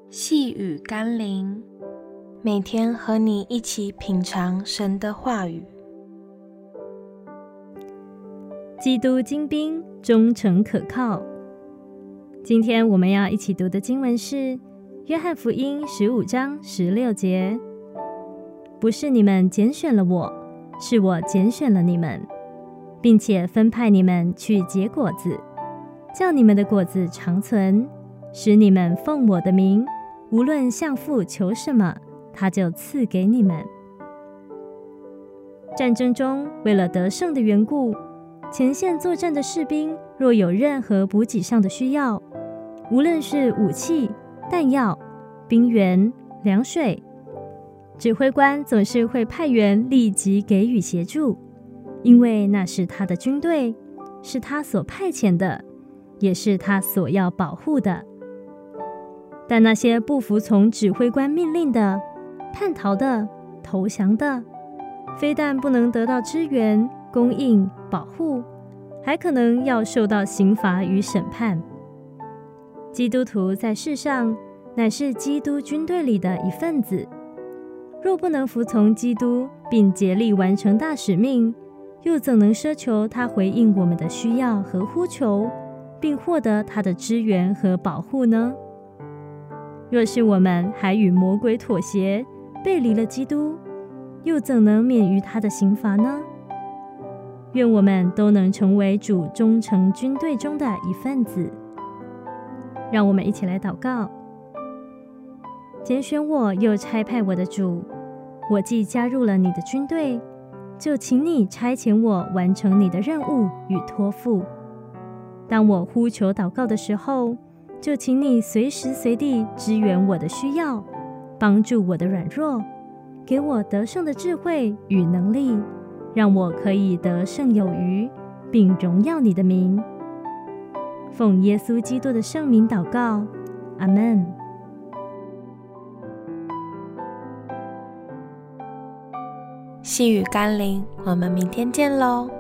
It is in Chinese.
细雨甘霖，每天和你一起品尝神的话语。 基督精兵，忠诚可靠。今天我们要一起读的经文是约翰福音15章16节。不是你们拣选了我，是我拣选了你们，并且分派你们去结果子，叫你们的果子长存，使你们奉我的名，无论向父求什么，他就赐给你们。战争中，为了得胜的缘故，前线作战的士兵若有任何补给上的需要，无论是武器、弹药、兵员、粮水，指挥官总是会派员立即给予协助，因为那是他的军队，是他所派遣的，也是他所要保护的。但那些不服从指挥官命令的、叛逃的、投降的，非但不能得到支援、供应、保护，还可能要受到刑罚与审判。基督徒在世上乃是基督军队里的一份子，若不能服从基督并竭力完成大使命，又怎能奢求他回应我们的需要和呼求，并获得他的支援和保护呢？若是我们还与魔鬼妥协，背离了基督，又怎能免于他的刑罚呢？愿我们都能成为主忠诚军队中的一份子。让我们一起来祷告。拣选我又差派我的主，我既加入了你的军队，就请你差遣我完成你的任务与托付。当我呼求祷告的时候，就请你随时随地支援我的需要，帮助我的软弱，给我得胜的智慧与能力，让我可以得胜有余，并荣耀你的名。奉耶稣基督的圣名祷告，阿们。 细雨甘霖，我们明天见喽。